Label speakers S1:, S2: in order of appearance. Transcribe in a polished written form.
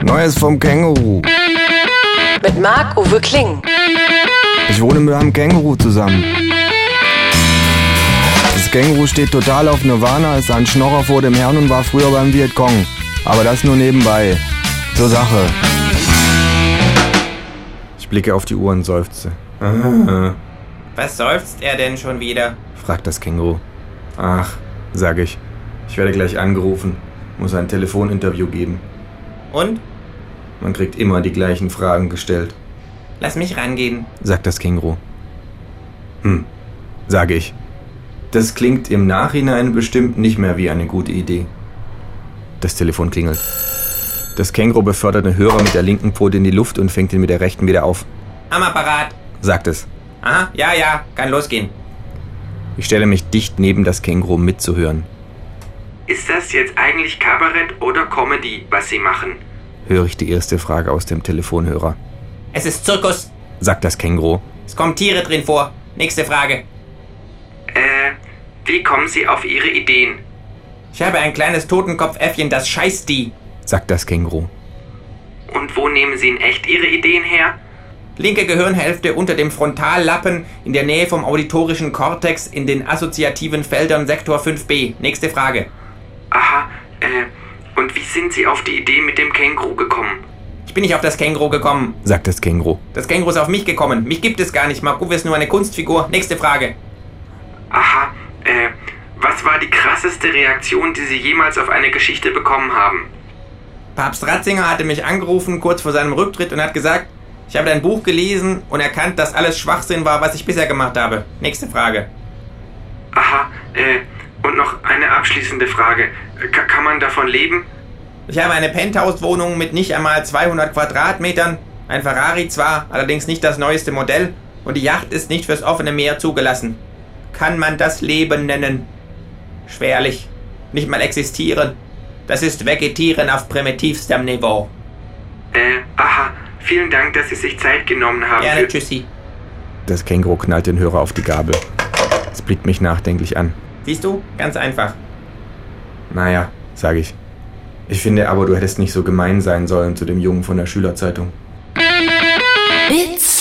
S1: Neues vom Känguru.
S2: Mit Marc-Uwe Kling.
S1: Ich wohne mit einem Känguru zusammen. Das Känguru steht total auf Nirvana, ist ein Schnorrer vor dem Herrn und war früher beim Vietcong. Aber das nur nebenbei. Zur Sache. Ich blicke auf die Uhr und seufze.
S3: Was seufzt er denn schon wieder?
S1: Fragt das Känguru. Ach, sag ich. Ich werde gleich angerufen. Muss ein Telefoninterview geben.
S3: Und?
S1: Man kriegt immer die gleichen Fragen gestellt.
S3: Lass mich rangehen,
S1: sagt das Känguru. Sage ich. Das klingt im Nachhinein bestimmt nicht mehr wie eine gute Idee. Das Telefon klingelt. Das Känguru befördert den Hörer mit der linken Pfote in die Luft und fängt ihn mit der rechten wieder auf.
S3: Am Apparat,
S1: sagt es.
S3: Aha, ja, kann losgehen.
S1: Ich stelle mich dicht neben das Känguru, um mitzuhören.
S4: Ist das jetzt eigentlich Kabarett oder Comedy, was Sie machen?
S1: Höre ich die erste Frage aus dem Telefonhörer.
S3: Es ist Zirkus,
S1: sagt das Känguru.
S3: Es kommen Tiere drin vor. Nächste Frage.
S4: Wie kommen Sie auf Ihre Ideen?
S3: Ich habe ein kleines Totenkopfäffchen, das scheißt die,
S1: sagt das Känguru.
S4: Und wo nehmen Sie in echt Ihre Ideen her?
S3: Linke Gehirnhälfte unter dem Frontallappen in der Nähe vom auditorischen Kortex in den assoziativen Feldern Sektor 5b. Nächste Frage.
S4: Aha, und wie sind Sie auf die Idee mit dem Känguru gekommen?
S3: Ich bin nicht auf das Känguru gekommen,
S1: sagt das Känguru.
S3: Das Känguru ist auf mich gekommen. Mich gibt es gar nicht. Marc-Uwe ist nur eine Kunstfigur. Nächste Frage.
S4: Aha, was war die krasseste Reaktion, die Sie jemals auf eine Geschichte bekommen haben?
S3: Papst Ratzinger hatte mich angerufen kurz vor seinem Rücktritt und hat gesagt, ich habe dein Buch gelesen und erkannt, dass alles Schwachsinn war, was ich bisher gemacht habe. Nächste Frage.
S4: Aha, und noch eine abschließende Frage. Kann man davon leben?
S3: Ich habe eine Penthouse-Wohnung mit nicht einmal 200 Quadratmetern, ein Ferrari zwar, allerdings nicht das neueste Modell und die Yacht ist nicht fürs offene Meer zugelassen. Kann man das Leben nennen? Schwerlich. Nicht mal existieren. Das ist Vegetieren auf primitivstem Niveau.
S4: Aha. Vielen Dank, dass Sie sich Zeit genommen haben.
S3: Gerne, tschüssi.
S1: Das Känguru knallt den Hörer auf die Gabel. Es blickt mich nachdenklich an.
S3: Siehst du? Ganz einfach.
S1: Naja, sage ich. Ich finde aber, du hättest nicht so gemein sein sollen zu dem Jungen von der Schülerzeitung.
S2: Witz